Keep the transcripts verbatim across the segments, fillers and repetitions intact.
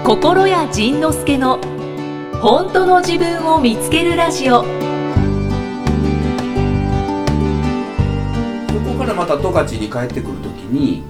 心谷仁之助の本当の自分を見つけるラジオ。 そこからまた十勝に帰ってくるときに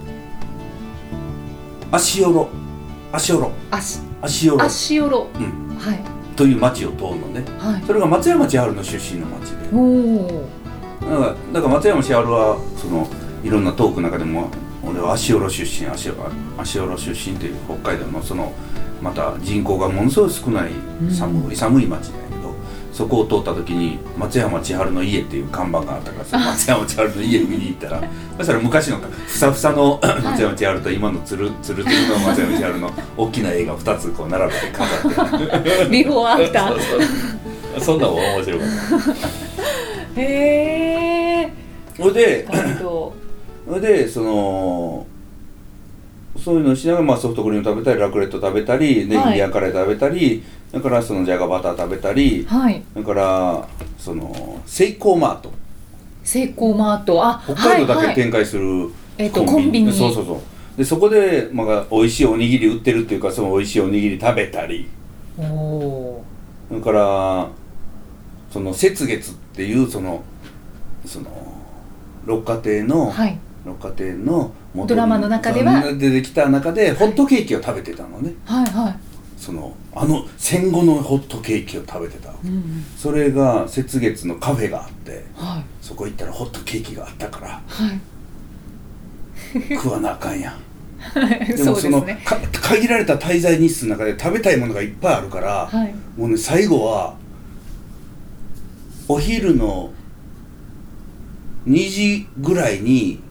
足寄足寄足足寄足寄、うん、はい、 という町を通るのね、はい、それが松山千春の出身の町で、おだから、だから松山千春はそのいろんなトークの中でも俺は足寄出身足寄足寄出身という北海道のそのまた人口がものすごい少ない寒い寒い町だけど、そこを通った時に松山千春の家っていう看板があったからさ、松山千春の家見に行ったらそしたら昔のふさふさの松山千春と今のつるつるつるの松山千春の大きな絵がふたつこう並べて飾ってビフォーアフターそうそうそんなのも面白かったへえ。 それでそれでそのそういうのをしながら、まあ、ソフトクリーム食べたりラクレット食べたり、ね、インディアンカレー食べたり、だからそのジャガバター食べたり、はい、だからそのセイコーマートセイコーマート、あ、 北海道だけ展開するコンビニ、はいはい、えーと、コンビニそうそうそうでそこで、まあ、美味しいおにぎり売ってるっていうか、その美味しいおにぎり食べたり、おだからその雪月っていうそのその六花亭の、はい、六花亭のドラマの中では出てきた中でホットケーキを食べてたのね、はいはい、そのあの戦後のホットケーキを食べてた、うんうん、それが雪月のカフェがあって、はい、そこ行ったらホットケーキがあったから、はい、食わなあかんやんでもそのそうですね、か限られた滞在日数の中で食べたいものがいっぱいあるから、はい、もうね最後はお昼のにじぐらいに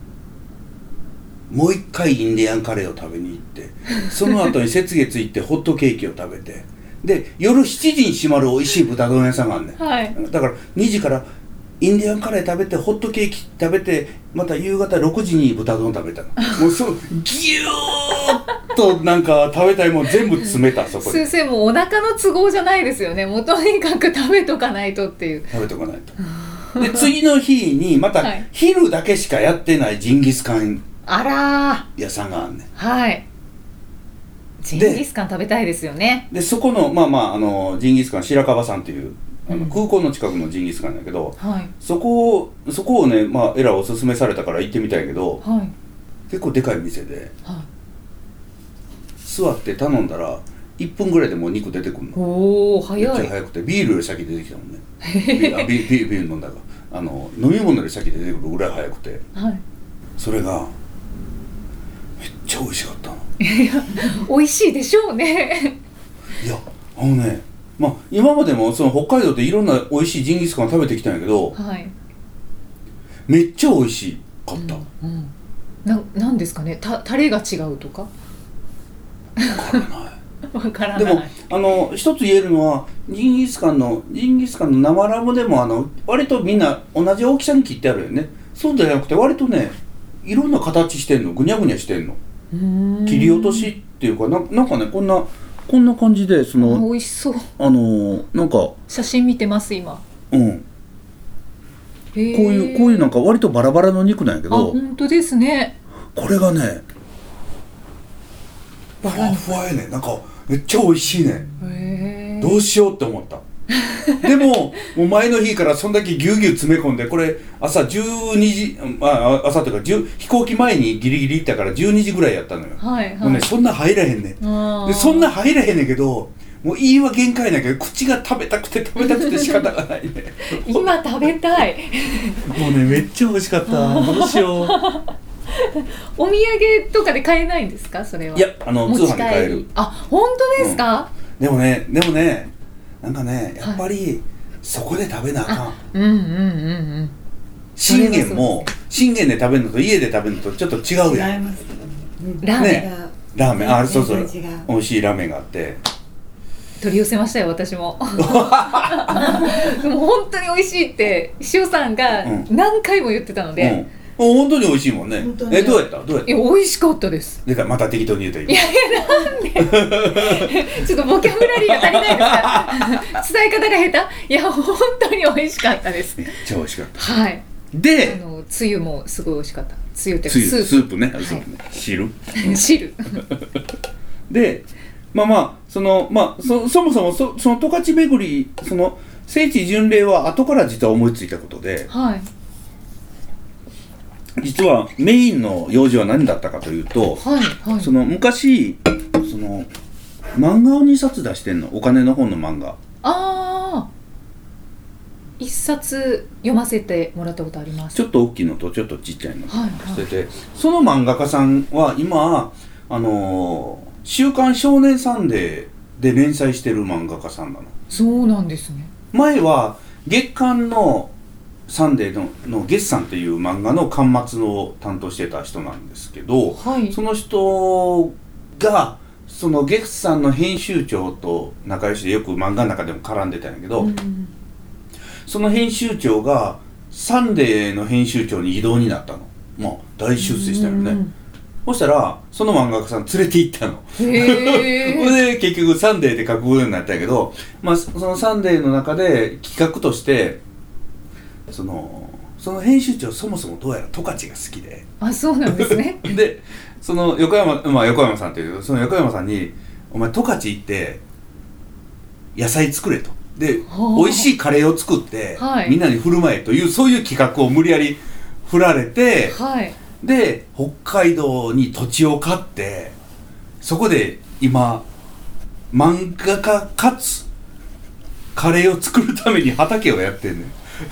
もう一回インディアンカレーを食べに行って、その後に雪月行ってホットケーキを食べて、で夜しちじに閉まる美味しい豚丼屋さんがあるね、はい、だからにじからインディアンカレー食べてホットケーキ食べて、また夕方ろくじに豚丼食べたのもうそうギューッとなんか食べたいもん全部詰めたそこで。 先生もお腹の都合じゃないですよね、もうとにかく食べとかないとっていう。 食べとかないとで次の日にまた昼だけしかやってないジンギスカンあら屋さんがあんねん。 はい。ジンギスカン食べたいですよね。 でそこのまあまああのジンギスカン白樺さんっていうあの、うん、空港の近くのジンギスカンだけど、はい、そこをそこをねまあエラおすすめされたから行ってみたいけど、はい、結構でかい店で、はい、座って頼んだらいっぷんぐらいでもう肉出てくるの。おお早い。めっちゃ早くてビールより先出てきたもんね。ビあビビビール飲んだからあの飲み物より先出てくるぐらい早くて、はい、それがめっちゃ美味しかったの。 いや美味しいでしょうね。 いやあのね、まあ今までもその北海道でいろんな美味しいジンギスカン食べてきたんやけど、はい、めっちゃ美味しかった。うんうん、 ななんですかね、たタレが違うとか。わからない。 わからない。 でもあの一つ言えるのはジンギスカンのジンギスカンの生ラムでもあの割とみんな同じ大きさに切ってあるよね。そうじゃなくて割とねいろんな形してんの、ぐにゃぐにゃしてんの。うーん切り落としっていうか な, なんかねこんなこんな感じでその美味しそう。 あのなんか写真見てます今。 うん。こういうこういうなんか割とバラバラの肉なんやけど。あ本当ですね。 これがねふわふわやね、なんかめっちゃ美味しいね。へどうしようって思った。でももう前の日からそんだけギュウギュウ詰め込んで、これ朝じゅうにじ、あ朝というか飛行機前にギリギリ行ったからじゅうにじぐらいやったのよ、はいはい、もうねそんな入らへんねん。でそんな入らへんねんけど、もういいは限界だけど口が食べたくて食べたくて仕方がないね。 今食べたい。 もうねめっちゃ美味しかった。どうしよう。 お土産とかで買えないんですかそれは。 いやあの通販で買える。 あ本当ですか、 うん、でもねでもねなんかねやっぱりそこで食べなあかん。 うんうんうんうん信玄も信玄で食べるのと家で食べるのとちょっと違うやん。違います、 うん、ラーメン、 ね、ラーメンあそうそう美味しいラーメンがあって取り寄せましたよ私も。でも本当に美味しいって塩さんが何回も言ってたので、うんうん本当に美味しいもんね。えどうやったどうやった。 いや美味しかったです。 でかまた適当に言うといい。 いやいやなんで。ちょっとボキャブラリーが足りないですか。伝え方が下手。いや本当に美味しかったです。 めっちゃ美味しかった。 はい。 で、 あのつゆもすごい美味しかった。つゆってスープ、スープね。 はい、 汁。 汁。 で、 まあまあそのまあ そ, そもそも そ, その十勝巡りその聖地巡礼は後から実は思いついたことで、 はい、 実はメインの用事は何だったかというと、 はいはい、 その昔その漫画をにさつ出してんの、お金の本の漫画。 ああ、一冊読ませてもらったことあります。 ちょっと大きいのとちょっとちっちゃいの、 はいはい、 それでその漫画家さんは今あのー、週刊少年サンデーで連載してる漫画家さんなの。 そうなんですね。 前は月刊のサンデー の, の月さんっていう漫画の巻末を担当してた人なんですけど、 はい、 その人がその月さんの編集長と仲良しでよく漫画の中でも絡んでたんやけど、うん、その編集長がサンデーの編集長に異動になったの。もう大出世したよね、うん、そしたらその漫画家さん連れて行ったの。へで結局サンデーで書くようになったんやけど、まあ、そのサンデーの中で企画としてそのその編集長そもそもどうやら十勝が好きで、 あ、そうなんですねでその横山、まあ、横山さんっていうその横山さんにお前十勝行って野菜作れと、で美味しいカレーを作って、はい、みんなに振る舞えというそういう企画を無理やり振られて、はい、で北海道に土地を買ってそこで今漫画家かつカレーを作るために畑をやってんねん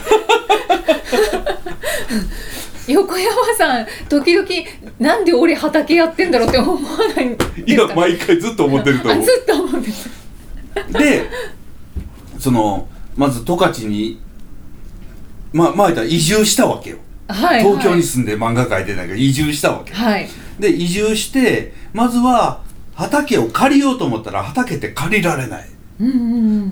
横山さん時々なんで俺畑やってんだろうって思わないんですか？ いや毎回ずっと思ってると思う。 ずっと思ってるでそのまず十勝にまあまあ言ったら移住したわけよ、はいはい、東京に住んで漫画描いてないけど移住したわけ、はい、で移住してまずは畑を借りようと思ったら畑って借りられない、うんうんうん、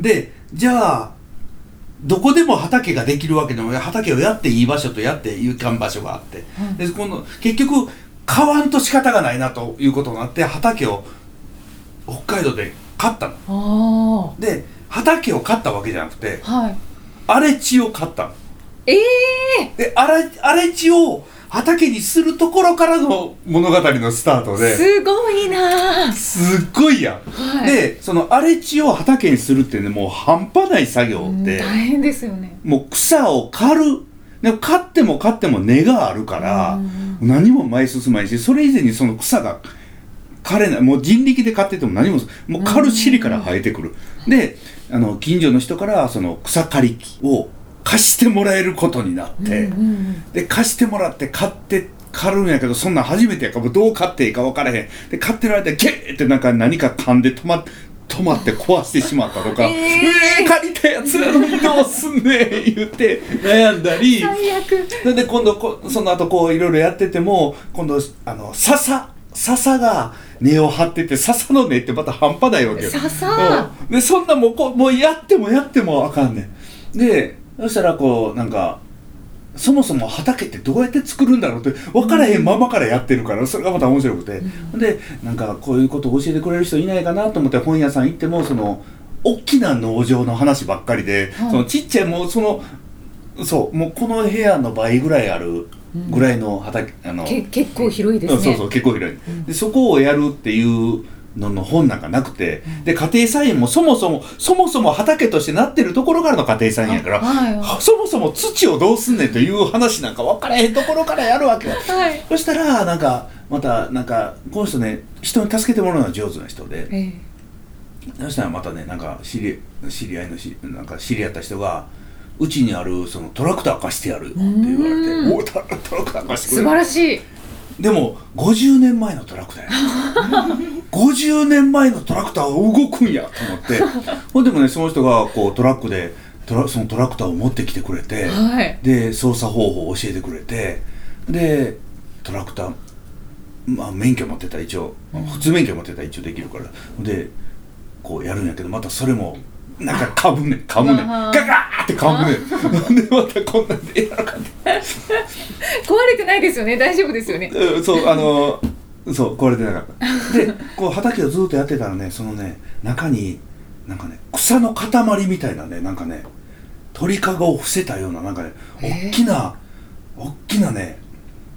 でじゃあどこでも畑ができるわけでも畑をやっていい場所とやっていかん場所があって、うん、で今度結局買わんと仕方がないなということになって畑を北海道で買ったの。で畑を買ったわけじゃなくて、はい、荒れ地を買ったの。 えー、 で荒れ、荒れ地を畑にするところからの物語のスタートで、 すごいな、 すっごいやん、はい、でその荒れ地を畑にするってねもう半端ない作業って大変ですよね。 もう草を刈る、でも刈っても刈っても根があるから何も前進まないし、それ以前にその草が刈れない、もう人力で刈ってても何ももう刈る尻から生えてくる。であの近所の人からその草刈り機を貸してもらえることになって、うんうん、で貸してもらって買って刈るんやけどそんなん初めてやからどう買っていいか分からへんで買ってられてゲーってなんか何か噛んで止ま, 止まって壊してしまったとか、えー、えー、借りたやつやのにどうすんねん言って悩んだり最悪で今度こその後こういろいろやってても今度あの笹笹が根を張ってて笹の根ってまた半端ないわけよ。 笹、 うん、でそんなもうこうもうやってもやってもあかんねん。でそしたらこうなんかそもそも畑ってどうやって作るんだろうって分からへんままからやってるからそれがまた面白くて、うん、でなんかこういうことを教えてくれる人いないかなと思って本屋さん行ってもその大きな農場の話ばっかりで、はい、そのちっちゃいもうそのそうもうこの部屋の倍ぐらいあるぐらいの畑、うん、あのけ結構広いですね。 そうそう結構広い、うん、でそこをやるっていうのの本なんかなくて、で家庭菜園もそもそもそもそも畑としてなってるところからの家庭菜園やから、はいはい、そもそも土をどうすんねんという話なんか分からへんところからやるわけよ、はい、そしたらなんかまたなんかこの人ね人に助けてもらうのが上手な人で、えー、そしたらまたねなんか知り、知り合いのしなんか知り合った人がうちにあるそのトラクター貸してやるよって言われて、おトラクター貸してくれる、 素晴らしい。 でもごじゅうねんまえのトラクターやごじゅうねんまえのトラクターは動くんやと思ってほんでもねその人がこうトラックでトラそのトラクターを持ってきてくれて、はい、で操作方法を教えてくれて、でトラクター、まあ、免許持ってたら一応、うん、普通免許持ってたら一応できるからでこうやるんやけどまたそれもなんか噛むねん噛むねんガガーって噛むねんでまたこんなんでやらかんねん壊れてないですよね、大丈夫ですよね、 うん、そうあのそう壊れてなかったでこう畑をずっとやってたらねそのね中になんかね草の塊みたいなねなんかね鳥かごを伏せたようななんかね大きな大きなね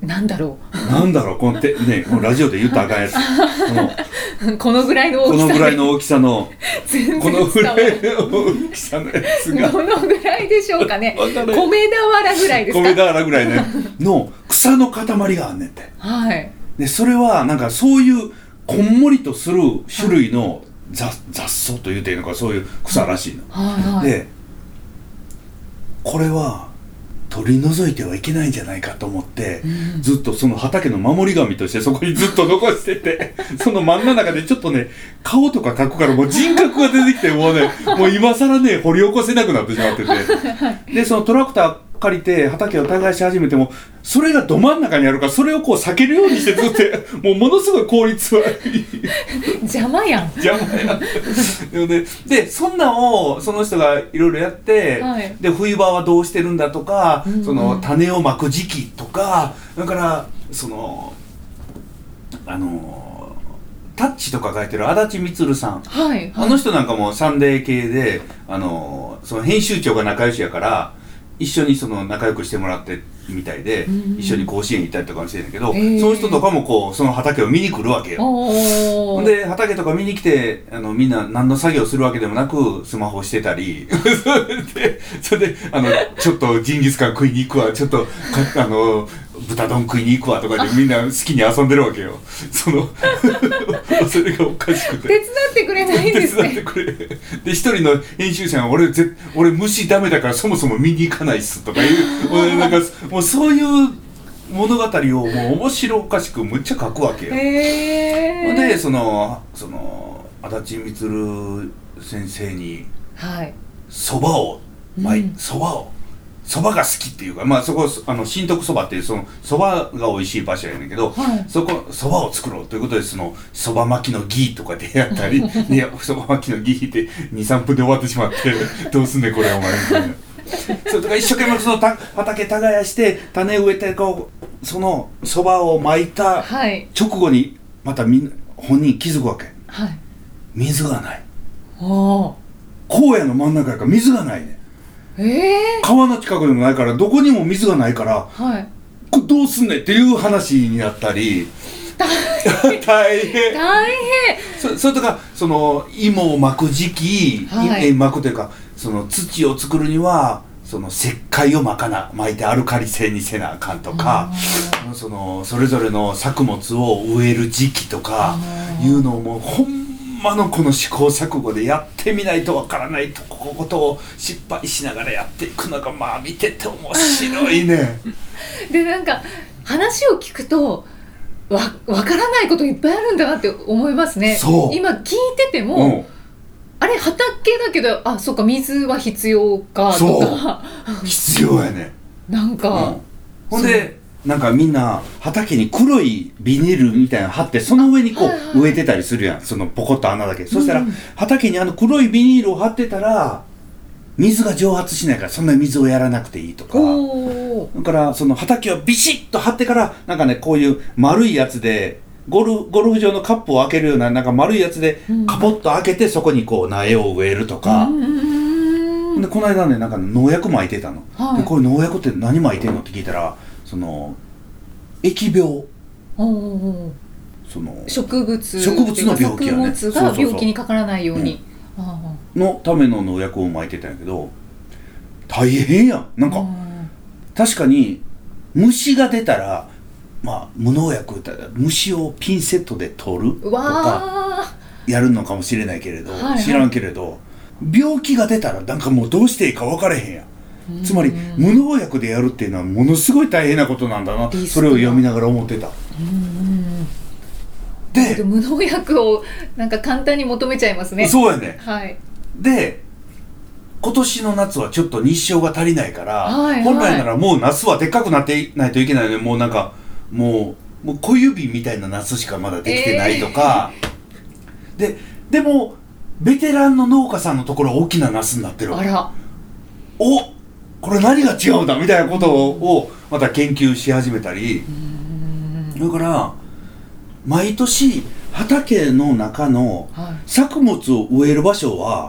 なんだろうなんだろうこのて、ね、このラジオで言ったらあかんやつこのこのぐらいの大きさこのぐらいの大きさの全然このぐらいの大きさのやつがこのぐらいでしょうかね米俵ぐらいですか米俵ぐらいねの草の塊があんねんて、 はい、 でそれはなんかそういうこんもりとする種類の 雑, 雑草というていうのかそういう草らしいの、 はいはい、 でこれは取り除いてはいけないんじゃないかと思って、うん、ずっとその畑の守り神としてそこにずっと残しててその真ん中でちょっとね顔とか描くからもう人格が出てきてもうねもう今更ね掘り起こせなくなってしまっててでそのトラクター借りて畑を耕し始めてもそれがど真ん中にあるからそれをこう避けるようにしてずっともうものすごい効率悪い邪魔やん邪魔やんで, でそんなんをその人がいろいろやって、はい、で冬場はどうしてるんだとか、うんうん、その種をまく時期とかだからそのあのタッチとか書いてる足立満さん、 はいはい、 あの人なんかもサンデー系であのその編集長が仲良しやから一緒にその仲良くしてもらってみたいで、うん、一緒に甲子園行ったりとかもしてるんだけど、えー、その人とかもこうその畑を見に来るわけよ。で畑とか見に来てあのみんな何の作業するわけでもなくスマホしてたりでそれであのちょっとジンギスカン食いに行くわちょっとあの豚丼食いに行くわとかでみんな好きに遊んでるわけよ。そのそれがおかしくて手伝ってくれないんですね。 手伝ってくれで一人の編集者は俺ぜ俺虫ダメだからそもそも見に行かないっすとかいうなんかもうそういう物語をもう面白おかしくむっちゃ書くわけよ。 へー。 でそのその足立満先生にそばをそばをそばが好きっていうか、まあそこあの新徳そばっていうそのそばが美味しい場所やねんけど、はい、そこそばを作ろうということでそのそば巻きのギーとかでやったりそば巻きのギーってにさんぷんで終わってしまってどうすんねんこれお前みたいなそれとか一生懸命そのた畑耕して種植えてこうそのそばを巻いた直後にまたみんな本人気づくわけ、 はい、 水がない。 お荒野の真ん中やから水がないね。 えー、 川の近くでもないからどこにも水がないから、 はい、 これどうすんねんっていう話になったり大変大変大変そ, それとかその芋をまく時期、はい、まくというかその土を作るにはその石灰をまかな巻いてアルカリ性にせなあかんとかそのそれぞれの作物を植える時期とかいうのをもうほんまのこの試行錯誤でやってみないとわからないとことを失敗しながらやっていくのがまあ見てて面白いねでなんか話を聞くとわ分からないこといっぱいあるんだなって思いますね。 そう今聞いてても、うん、あれ畑だけどあそうか水は必要かとか必要やねなんか、 うん、ほんでなんかみんな畑に黒いビニールみたいなの貼ってその上にこう植えてたりするやんそのポコッと穴だけ、そしたら畑にあの黒いビニールを貼ってたら水が蒸発しないからそんな水をやらなくていいとか、だからその畑をビシッと張ってからなんかねこういう丸いやつでゴルゴルフ場のカップを開けるようななんか丸いやつでカポッと開けてそこにこう苗を植えるとか、でこの間ねなんか農薬撒いてたの、はい、でこれ農薬って何撒いてんのって聞いたらその疫病その植物植物の病気やね作物が病気にかからないようにのための農薬を撒いてたんやけど大変やんなんか確かに虫が出たらまあ無農薬だったら虫をピンセットで取るとかやるのかもしれないけれど、はいはい、知らんけれど病気が出たらなんかもうどうしていいか分からへんやん。つまり無農薬でやるっていうのはものすごい大変なことなんだな、それを読みながら思ってた。 うんで無農薬をなんか簡単に求めちゃいますね。 そうやね、 はい、 で今年の夏はちょっと日照が足りないから、 はいはい、 本来ならもう夏はでっかくなってないといけないのにもうなんかもう、もう小指みたいな夏しかまだできてないとか、えー、ででもベテランの農家さんのところは大きな夏になってるわけ。 あらおこれ何が違うんだみたいなことをまた研究し始めたり、だから毎年畑の中の作物を植える場所は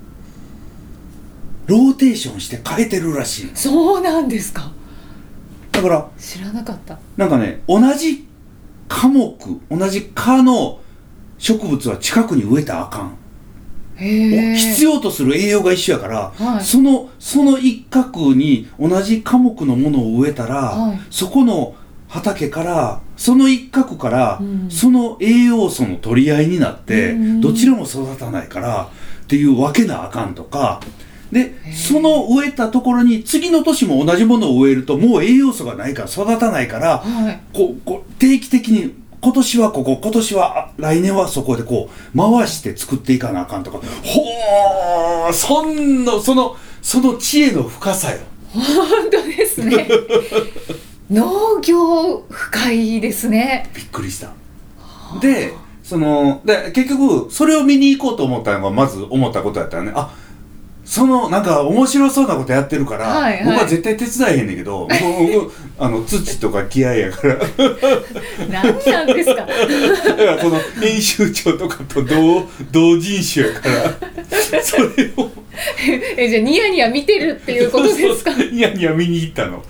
ローテーションして変えてるらしい。 そうなんですか。 だから知らなかった。 なんかね、同じ科目同じ科の植物は近くに植えたらあかん。 へ必要とする栄養が一緒やから、 はい、 そのその一角に同じ科目のものを植えたら、はい、そこの畑からその一角から、うん、その栄養素の取り合いになって、うん、どちらも育たないからっていうわけなあかんとかで、その植えたところに次の年も同じものを植えるともう栄養素がないから育たないから、はい、こうこう定期的に今年はここ、今年は来年はそこでこう回して作っていかなあかんとか、ほー、そんのそのその知恵の深さよ。 本当ですね。農業深いですね。 びっくりした。で、そので結局それを見に行こうと思ったのがまず思ったことやったらね、あ、そのなんか面白そうなことやってるから、はいはい、僕は絶対手伝えへんねんけど、僕あの土とか気合やから何なんですか。だからこの編集長とかと同同人種やからそれをえじゃあニヤニヤ見てるっていうことですか。 そうそうニヤニヤ見に行ったの。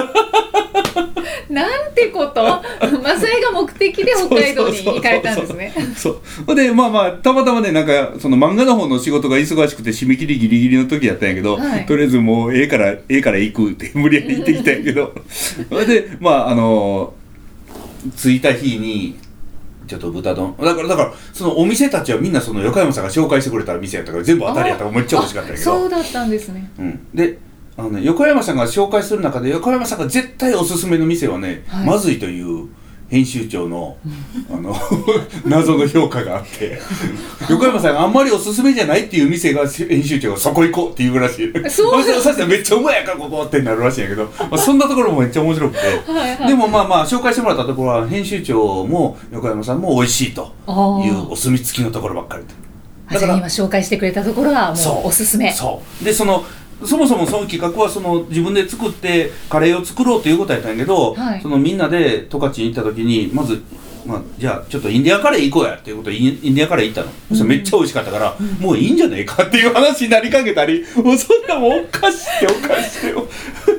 なんてこと。まあそれが目的で北海道に行かれたんですね。 そうでまあまあたまたまねなんかその漫画の方の仕事が忙しくて締め切りギリギリの時やったんやけど、はい、とりあえずもうええからええから行くって無理やり行ってきたんやけどでまああの着いた日にちょっと豚丼だからだからそのお店たちはみんなその横山さんが紹介してくれた店やったから全部当たりやったからめっちゃ美味しかったんやけど。 そうだったんですね。 うん、であの、ね、横山さんが紹介する中で横山さんが絶対おすすめの店はね、はい、まずいという編集長の、あの謎の評価があって横山さんがあんまりおすすめじゃないっていう店が編集長がそこ行こうって言うらしい。そうですね。めっちゃうまいやからここってなるらしいんやけど、まあ、そんなところもめっちゃ面白くてはい、はい、でもまあまあ紹介してもらったところは編集長も横山さんも美味しいというお墨付きのところばっかりで、 だから今紹介してくれたところはもうおすすめ。 そうでそのそもそもその企画はその自分で作ってカレーを作ろうということやったんやけど、はい、そのみんなで十勝に行った時にまず、まあ、じゃあちょっとインディアンカレー行こうやっていうことでインディアンカレー行ったの、うん、それめっちゃ美味しかったから、うん、もういいんじゃねえかっていう話になりかけたり、もうそんなもんおかしっておかしいよ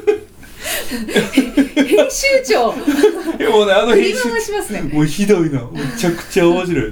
編集長いやもうねあの編集振り回しますね。 もうひどいな、めちゃくちゃ面白い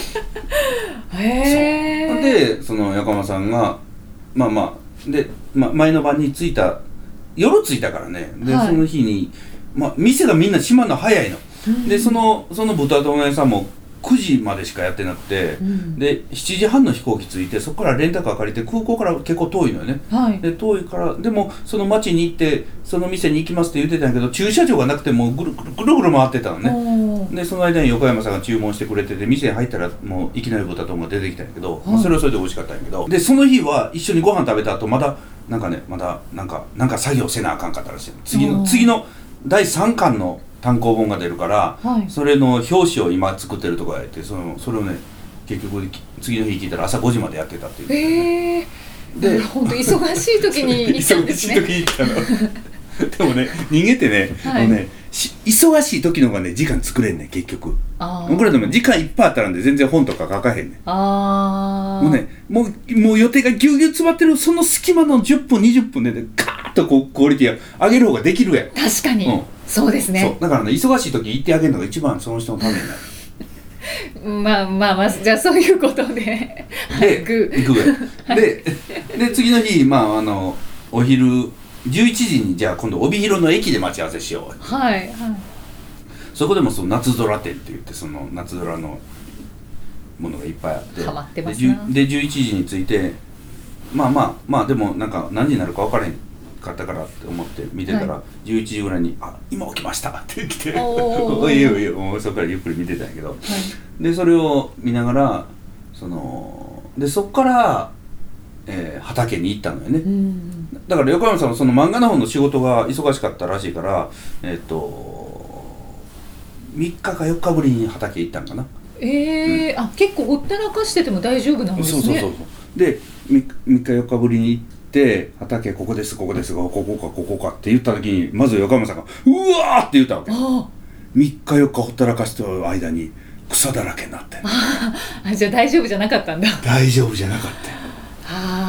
へー。 でその横浜さんがまあまあで、ま、前の晩に着いた夜着いたからねで、はい、その日に、ま、店がみんな閉まるの早いの、うん、でそのその豚丼屋さんもくじまでしかやってなくて、うん、でしちじはんの飛行機着いてそこからレンタカー借りて空港から結構遠いのよね、はい、で遠いからでもその町に行ってその店に行きますって言ってたんやけど駐車場がなくてもうぐるぐるぐるぐる回ってたのね。でその間に横山さんが注文してくれてて店に入ったらもういきなり豚丼が出てきたんやけど、はい、まあ、それはそれで美味しかったんやけどでその日は一緒にご飯食べた後まだなんかねまだなんかなんか作業せなあかんかったらしい。次の次のだいさんかんの単行本が出るから、はい、それの表紙を今作ってるところやってそのそれをね結局次の日聞いたら朝ごじまでやってたっていう、 ね、えー、で本当忙しい時に行ったんですね忙しい時に行ったのでもね人間ってね、はい、もうね忙しい時の方がね時間作れんねん結局。僕らでも時間いっぱいあったらんで全然本とか書かへんねん。 あもうねもう、もう予定がぎゅうぎゅう詰まってるその隙間のじゅっぷんにじゅっぷんで、ね、カーッとこうクオリティ上げる方ができるやん。 確かに、うん、そうですね。 そうだからね忙しい時言ってあげるのが一番その人のためになるまあまあまあじゃあそういうことででグーでで次の日まああのお昼じゅういちじにじゃあ今度帯広の駅で待ち合わせしよう。 はいはい。 そこでもその夏空展って言ってその夏空のものがいっぱいあってハマってますな。 でじゅういちじに着いてまあまあまあでもなんか何時になるか分からへんかったからって思って見てたら、はい、じゅういちじぐらいに「あ今起きました」って言って「おいいよいいよ」もうそこからゆっくり見てたんやけど、はい、でそれを見ながらそのでそこから、えー、畑に行ったのよね、うん、だから横山さんはその漫画の方の仕事が忙しかったらしいからえっとみっかかよっかぶりに畑行ったんかな。 えーうん、あ結構ほったらかしてても大丈夫なんですね。 そうそうそうそうで みっかよっかぶりに行って畑ここですここですここかここかって言った時にまず横山さんがうわーって言ったわけ。みっかよっかほったらかしてる間に草だらけになってあじゃあ大丈夫じゃなかったんだ。 大丈夫じゃなかった。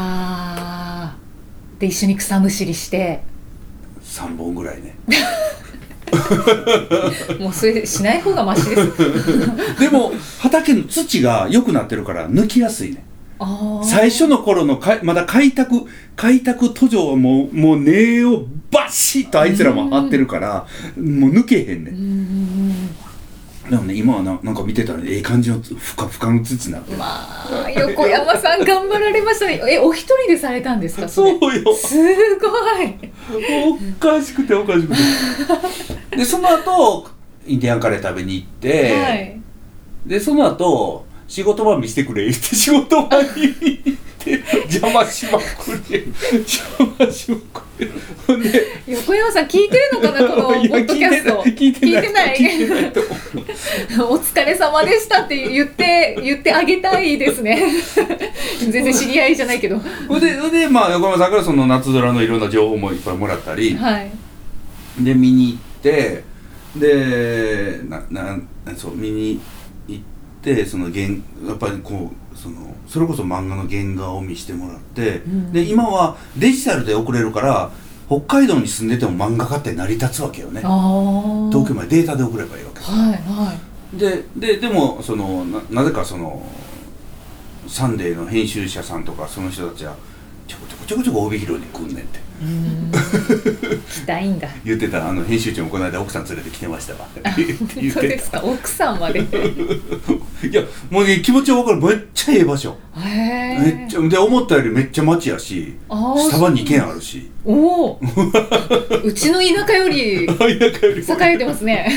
あで一緒に草むしりしてさんぼんぐらいねもうそれしない方がマシですでも畑の土が良くなってるから抜きやすいね。あ最初の頃のかまだ開拓開拓途上はもうもう根をバシッとあいつらも張ってるからもう抜けへんねん。うんでもね今は な, なんか見てたらええ感じのふかふかの土になってまあ横山さん頑張られましたね。えお一人でされたんですか？そそうよすごいおかしくておかしくてでその後インディアンカレー食べに行って、はい、でその後仕事場見せてくれ言って仕事場に行って邪魔しまくれ邪魔しまくれほんで横山さん聞いてるのかなこのポッドキャスト。 聞いてない聞いてない聞いてないお疲れ様でしたって言って言ってあげたいですね全然知り合いじゃないけどでで、まあ、横山さんからその夏空のいろんな情報もいっぱいもらったり、はい、で見に行ってでななそう見に行ってその原やっぱりこうそのそれこそ漫画の原画を見せてもらって、うん、で今はデジタルで送れるから北海道に住んでても漫画家って成り立つわけよね。東京までデータで送ればいいわけ、はいはい、で, で, でもその な, なぜかそのサンデーの編集者さんとかその人たちはちょこちょこちょこちょこ帯広に来んねんってうん来たいんだ言ってた。あの編集長もこの間奥さん連れてきてましたわって言ってた。そうですか奥さんまでいやもうね気持ちは分かる。めっちゃええ場所へめっちゃで思ったよりめっちゃ街やしスタバに軒あるしおおうちの田舎より田舎より栄えてますね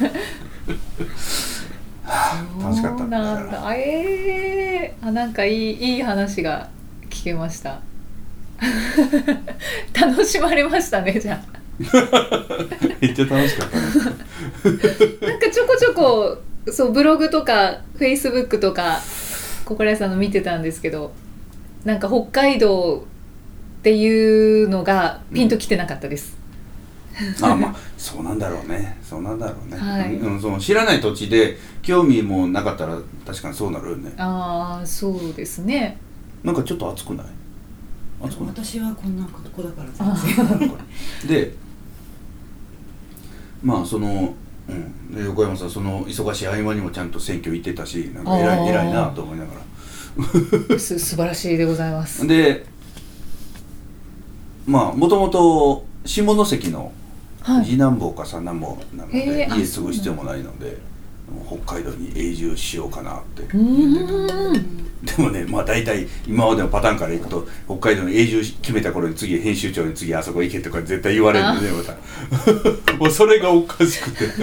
楽しかったんだなんだえー、あなんかいいいい話が聞けました楽しまれましたねじゃあめっちゃ楽しかったねなんかちょこちょこそうブログとかフェイスブックとか心屋さんの見てたんですけどなんか北海道っていうのがピンときてなかったです、 うん、あまあそうなんだろうねそうなんだろうね、はいうん、その知らない土地で興味もなかったら確かにそうなるよね。 ああそうですね。 なんかちょっと暑くない？ 暑くない？私はこんな子だから全然でまあその、うん、で横山さんその忙しい合間にもちゃんと選挙行ってたしなんか偉い偉いなと思いながらす素晴らしいでございます。 でまあもともと下関の次男坊か三男坊なので、はい、家継ぐ必要もないので北海道に永住しようかなって言ってた。でもねまあ大体今までのパターンからいくと北海道に永住決めた頃に次編集長に次あそこ行けとか絶対言われるんでねまたもうそれがおかしくて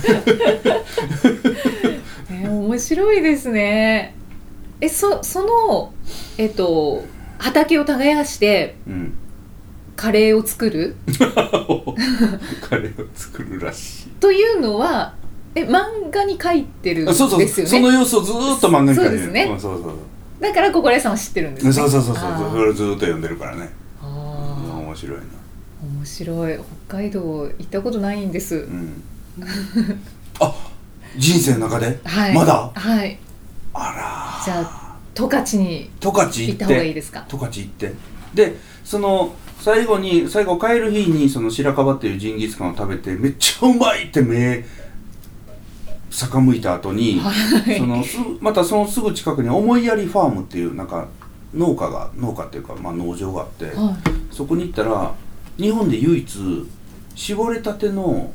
えー、面白いですね。えそそのえっと畑を耕して、うん、カレーを作るカレーを作るらしいというのはえ漫画に書いてるんですよね。 そうそうその様子をずっと漫画に書いてる。そうですね、うん、そうそうだから心屋さんは知ってるんですね。 そうそうそうそうそれをずっと読んでるからね。ああ面白いな。 面白い。北海道行ったことないんです、うん、 あ人生の中で、はい、まだはいあらじゃあ十勝に行った方がいいですか。 十勝行ってでその最後に最後帰る日にその白樺っていうジンギスカンを食べてめっちゃうまいって目逆向いた後に、はい、そのまたそのすぐ近くに思いやりファームっていうなんか農家が農家っていうか、まあ、農場があって、はい、そこに行ったら日本で唯一絞れたての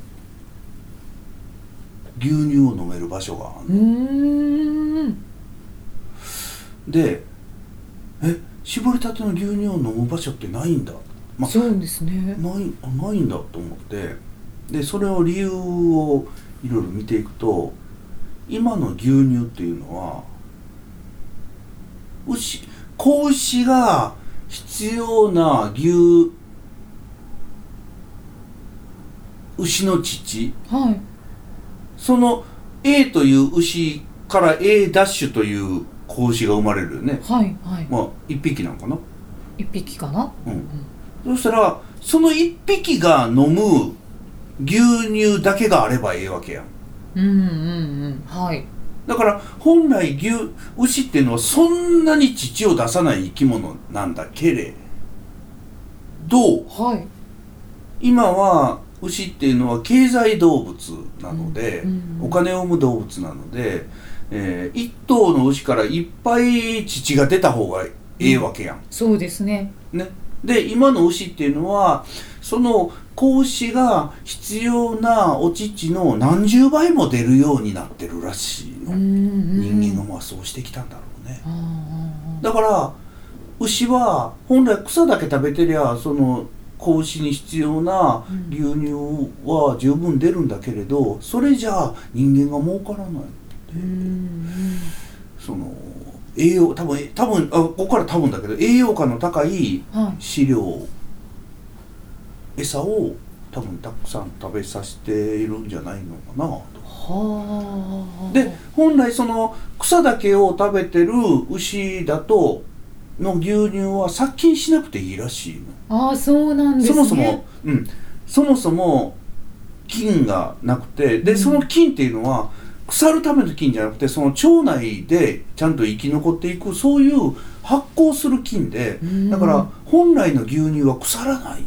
牛乳を飲める場所があるの。うーんでえ絞れたての牛乳を飲む場所ってないんだ、 まあ、そうですねないないんだと思ってでそれを理由をいろいろ見ていくと今の牛乳っていうのは牛子牛が必要な牛牛の乳、はい、その A という牛から A ダッシュという子牛が生まれるよね。はいはい。まあ一匹なんかな。 一匹かな。うん。 うん、そしたらその一匹が飲む牛乳だけがあればいいわけやん。 うんうんうんはい。 だから本来牛牛っていうのはそんなに乳を出さない生き物なんだけれど、はい、今は牛っていうのは経済動物なので、 うんうん、 お金を生む動物なので、えー、一頭の牛からいっぱい乳が出た方がええわけやん、うん、 そうですね。 ねで今の牛っていうのはその子牛が必要なお乳の何十倍も出るようになってるらしいの、うんうん、人間がまあそうしてきたんだろうね、うんうん、だから牛は本来草だけ食べてりゃその子牛に必要な牛乳は十分出るんだけれど、それじゃあ人間が儲からないって、うんうん、その栄養多分多分あここから多分だけど栄養価の高い飼料、はい、餌を多分たくさん食べさせているんじゃないのかなと。はで本来その草だけを食べてる牛だとの牛乳は殺菌しなくていいらしいの。ああそうなんですね。 そもそも、うん、そもそも菌がなくてで、うん、その菌っていうのは腐るための菌じゃなくてその腸内でちゃんと生き残っていくそういう発酵する菌で、うん、だから本来の牛乳は腐らない。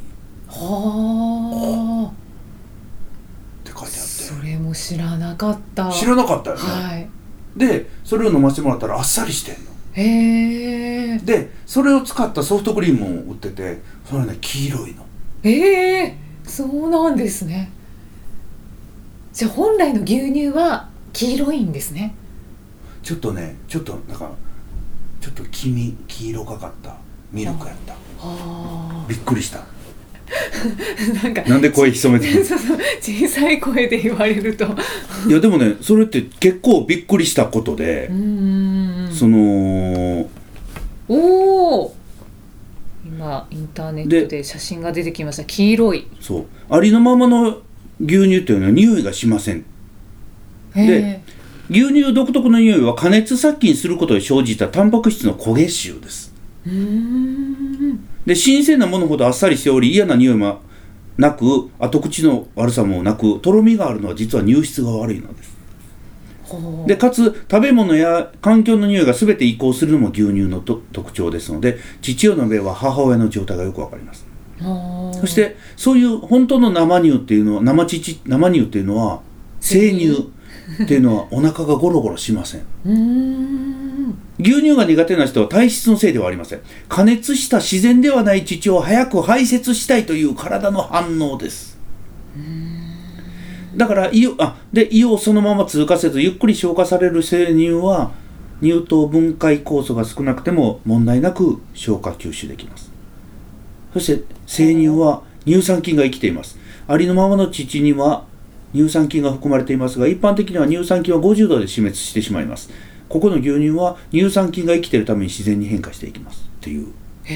はあって書いてあってそれも知らなかった。 知らなかったよね、はい、でそれを飲ませてもらったらあっさりしてんの。へえ。でそれを使ったソフトクリームを売っててそれね黄色いの。 へえそうなんですね。じゃあ本来の牛乳は黄色いんですね。 ちょっとねちょっとなんかちょっと黄身黄色がかったミルクやった。はびっくりしたなんかなんで声潜めてる小さい声で言われるといやでもねそれって結構びっくりしたことで、うーんそのおお今インターネットで写真が出てきました。黄色い。 そうありのままの牛乳というのは匂いがしません。で牛乳独特の匂いは加熱殺菌することで生じたタンパク質の焦げ臭です。うーんで新鮮なものほどあっさりしており嫌な匂いもなく後口の悪さもなくとろみがあるのは実は乳質が悪いのです。でかつ食べ物や環境の匂いが全て移行するのも牛乳のと特徴ですので父親の目は母親の状態がよくわかります。そしてそういう本当の生乳っていうのは生乳生乳っていうのは生乳っていうのはお腹がゴロゴロしません。うーん牛乳が苦手な人は体質のせいではありません。加熱した自然ではない乳を早く排泄したいという体の反応です。うーんだから胃をあで胃をそのまま通過せずゆっくり消化される生乳は乳糖分解酵素が少なくても問題なく消化吸収できます。そして生乳は乳酸菌が生きています。ありのままの乳には乳酸菌が含まれていますが一般的には乳酸菌はごじゅうどで死滅してしまいます。ここの牛乳は乳酸菌が生きているために自然に変化していきますっていう。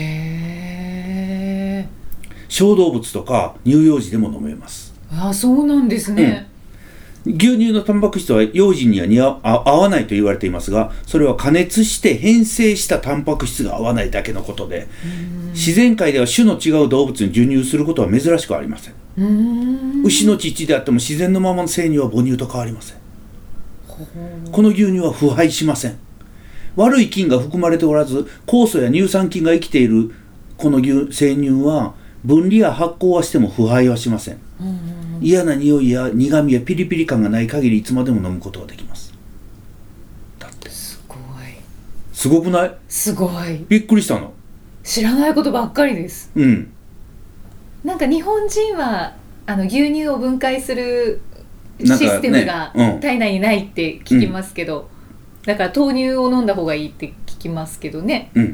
へー小動物とか乳幼児でも飲めます。 あそうなんですね、 うん、牛乳のタンパク質は幼児には似合わないと言われていますがそれは加熱して変性したタンパク質が合わないだけのことで自然界では種の違う動物に授乳することは珍しくありません。うーん牛の乳であっても自然のままの生乳は母乳と変わりません。この牛乳は腐敗しません。悪い菌が含まれておらず酵素や乳酸菌が生きているこの牛生乳は分離や発酵はしても腐敗はしません。嫌な匂いや苦味やピリピリ感がない限りいつまでも飲むことができます。だってすごいすごくない？ すごいびっくりしたの。 知らないことばっかりです。うんなんか日本人はあの牛乳を分解するシステムが体内にないって聞きますけど、うん、だから豆乳を飲んだ方がいいって聞きますけどね、うん、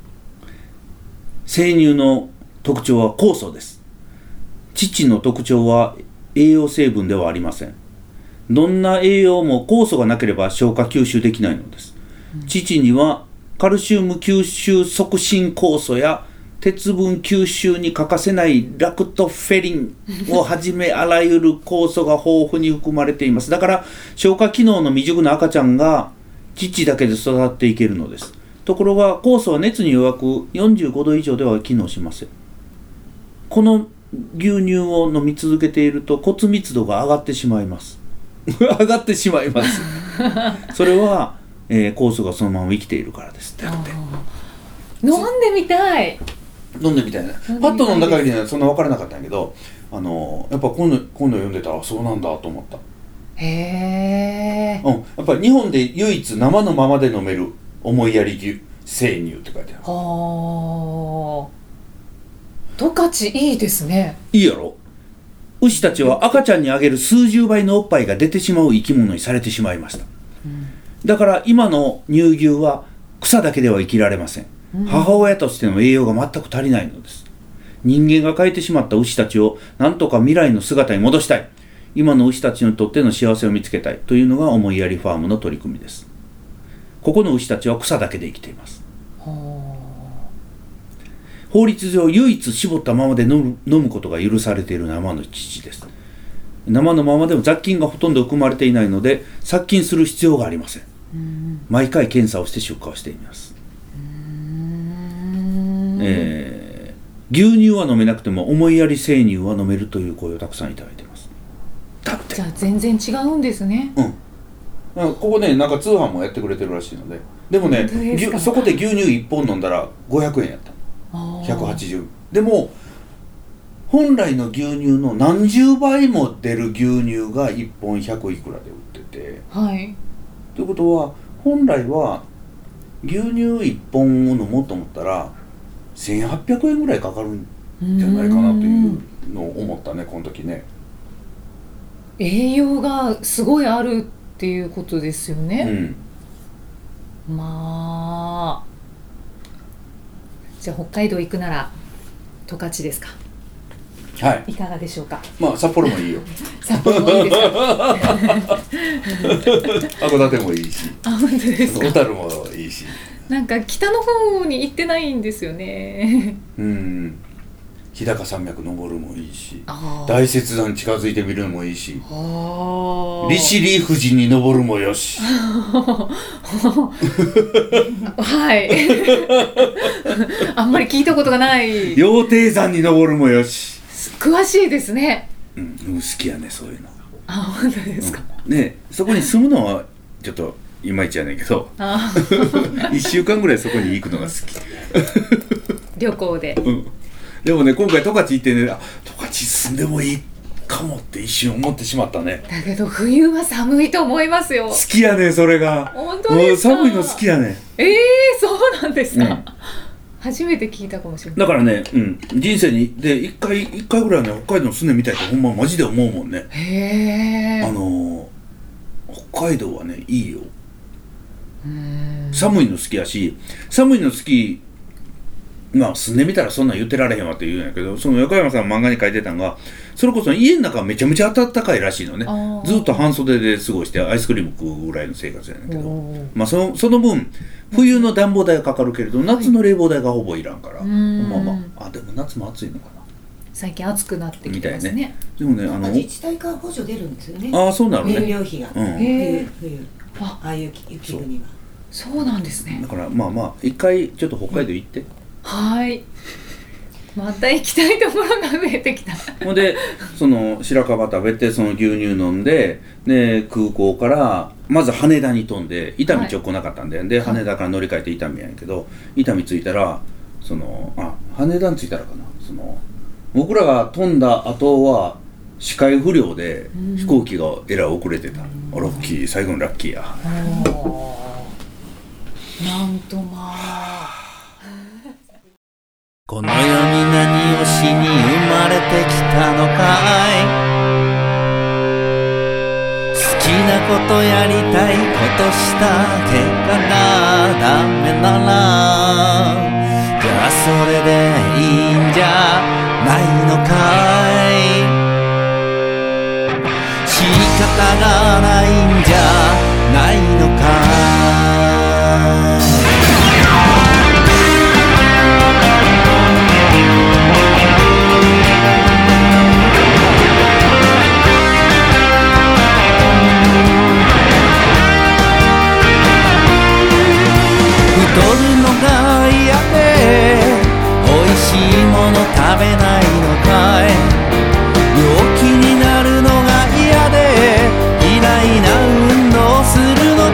生乳の特徴は酵素です。乳の特徴は栄養成分ではありません。どんな栄養も酵素がなければ消化吸収できないのです、うん、乳にはカルシウム吸収促進酵素や鉄分吸収に欠かせないラクトフェリンをはじめあらゆる酵素が豊富に含まれています。だから消化機能の未熟な赤ちゃんが乳だけで育っていけるのです。ところが酵素は熱に弱くよんじゅうごど以上では機能しません。この牛乳を飲み続けていると骨密度が上がってしまいます上がってしまいますそれは、えー、酵素がそのまま生きているからですってって飲んでみたい飲んでみたいなパッと飲んだ限りにはそんな分からなかったんやけどあのやっぱ今度今度読んでたらそうなんだと思った。 へえ、 うん、やっぱり日本で唯一生のままで飲める思いやり牛生乳って書いてある。 はあ、十勝いいですね。 いいやろ。牛たちは赤ちゃんにあげる数十倍のおっぱいが出てしまう生き物にされてしまいました、うん、だから今の乳牛は草だけでは生きられません、うん、母親としての栄養が全く足りないのです。人間が変えてしまった牛たちをなんとか未来の姿に戻したい、今の牛たちにとっての幸せを見つけたいというのが思いやりファームの取り組みです。ここの牛たちは草だけで生きています。法律上唯一絞ったままで飲む、飲むことが許されている生の乳です。生のままでも雑菌がほとんど含まれていないので殺菌する必要がありません。うん毎回検査をして出荷をしています。うーん、えー、牛乳は飲めなくても思いやり生乳は飲めるという声をたくさんいただいています。だってじゃあ全然違うんですね。 うん、ここねなんか通販もやってくれてるらしいので、でもねそこで牛乳いっぽん飲んだらごひゃくえんやった。ひゃくはちじゅうでも本来の牛乳の何十倍も出る牛乳がいっぽんひゃくいくらで売ってて、 はいということは本来は牛乳いっぽんを飲もうと思ったらせんはっぴゃくえんぐらいかかるんじゃないかなというのを思ったねこの時ね。 栄養がすごいあるっていうことですよね、うん、まあじゃあ北海道行くなら十勝ですか。 はい。 いかがでしょうか。 まあ札幌もいいよ。 札幌もいいですか。 函館もいいし。 あ、本当ですか。 小樽もいいし。 なんか北の方に行ってないんですよね。 うん。日高山脈登るもいいし、大雪山近づいてみるのもいいし、利尻富士に登るもよし。 はい。あんまり聞いたことがない。 羊蹄山に登るもよし。 詳しいですね。 うん、好きやねそういうの。 あ、本当ですか。 うん、ね、そこに住むのはちょっといまいちやねんけど、いっしゅうかんぐらいそこに行くのが好き。 旅行で。 うん。でもね今回十勝行ってね、十勝住んでもいいかもって一瞬思ってしまったね。 だけど冬は寒いと思いますよ。 好きやねそれが。 本当ですか。 もう寒いの好きやね。 えー、そうなんですか、うん、初めて聞いたかもしれない。 だからね、うん、人生にで一回一回ぐらいね北海道住んでみたいってほんまマジで思うもんね。 へー。 あの北海道はねいいよ。うーん、寒いの好きやし、寒いの好き。まあ住んでみたらそんなん言ってられへんわって言うんやけど、その横山さん漫画に書いてたのがそれこそ家の中はめちゃめちゃ暖かいらしいのね。ずっと半袖で過ごしてアイスクリーム食うぐらいの生活やねんけど、まあその、その分冬の暖房代がかかるけれど夏の冷房代がほぼいらんから、はい、まあまあ、あでも夏も暑いのかな。 最近暑くなってきてますね。 ねでもねあの自治体から補助出るんですよね。 ああそうなのね。 燃料費が、うん、冬冬ああいう雪国はそう、そうなんですね。 だからまあまあ一回ちょっと北海道行って、うん、 はいまた行きたいところが増えてきた。 ほんでその白樺食べてその牛乳飲んで、で空港からまず羽田に飛んで伊丹直行なかったんで、はい、で羽田から乗り換えて伊丹やんやけど、伊丹着いたらそのあ羽田に着いたらかな、その僕らが飛んだ後は視界不良で飛行機がえらい遅れてた、うん、ラッキー、最後のラッキーや。 なんとまあこの世に何をしに生まれてきたのかい。好きなことやりたいことした結果がダメなら、じゃあそれでいいんじゃないのかい。仕方がないんじゃないのかい。太るのが嫌で美味しいもの食べないのかい。病気になるのが嫌で嫌いな運動するの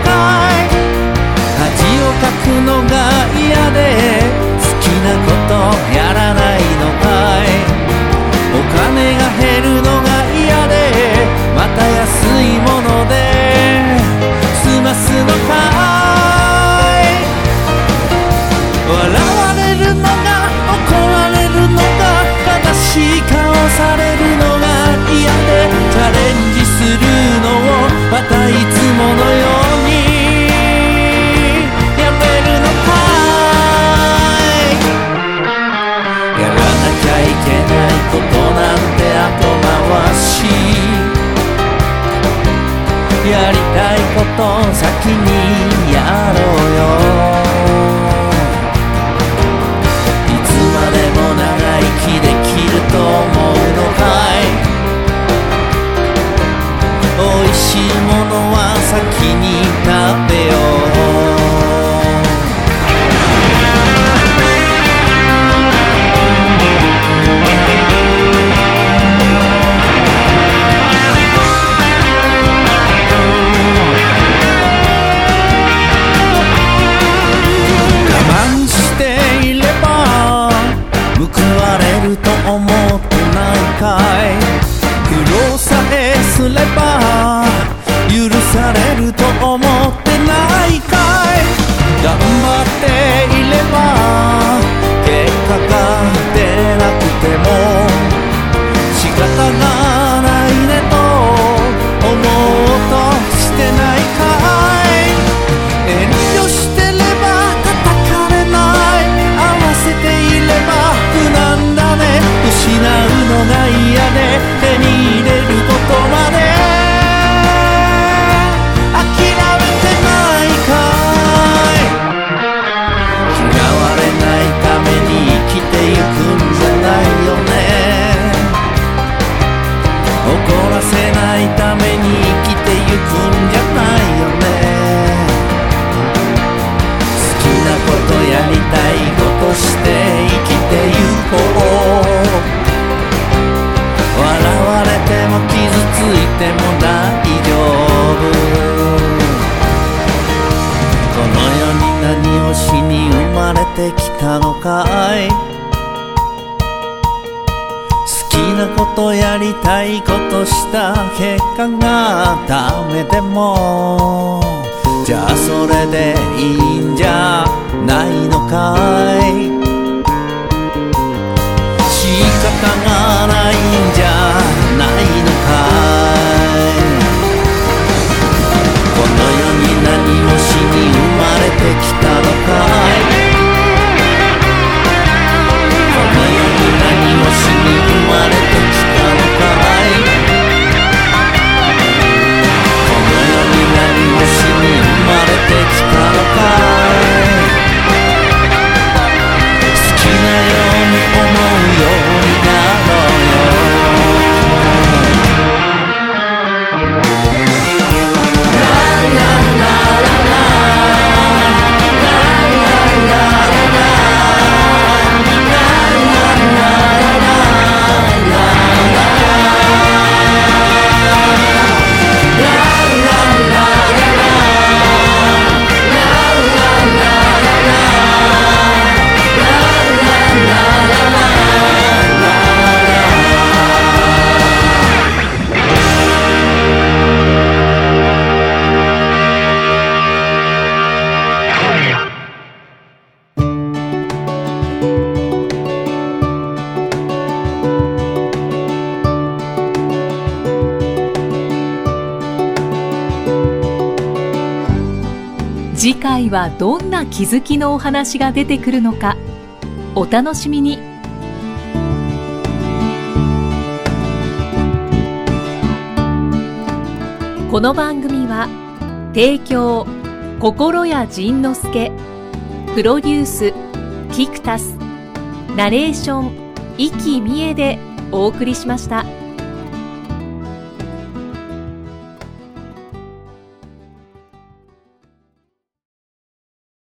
やりたいこと先にやろうよ。いつまでも長生きできると思うのかい。おいしいものは先に食べよう。と思ってないかい。苦労さえすれば許されると思ってないかい。頑張っていれば結果が出なくても仕方がないねと思おうとしてないかい。遠慮してれば叩かれない。合わせていれば不難だね。失うのが嫌で手に入れることまで諦めてないかい。嫌われないために生きてゆくんじゃないよね。怒らせないために生きてゆくんじゃないよね。好きなことやりたいことして生きてゆこう。笑われても傷ついても大丈夫。この世に何をしに生まれてきたのかい。好きなことやりたいことした結果がダメでもじゃあそれでいいんじゃないのかい。仕方がないんじゃないのかい。この世に何をしに生まれてきたのかい。この世に何をしに生まれてきたのかい。この世に何をしに生まれてきたのかい。好きなように思うようになろうよ。 次回はどんな気づきのお話が出てくるのかお楽しみに。この番組は提供心谷仁之助、プロデュースキクタス、ナレーション生きみえでお送りしました。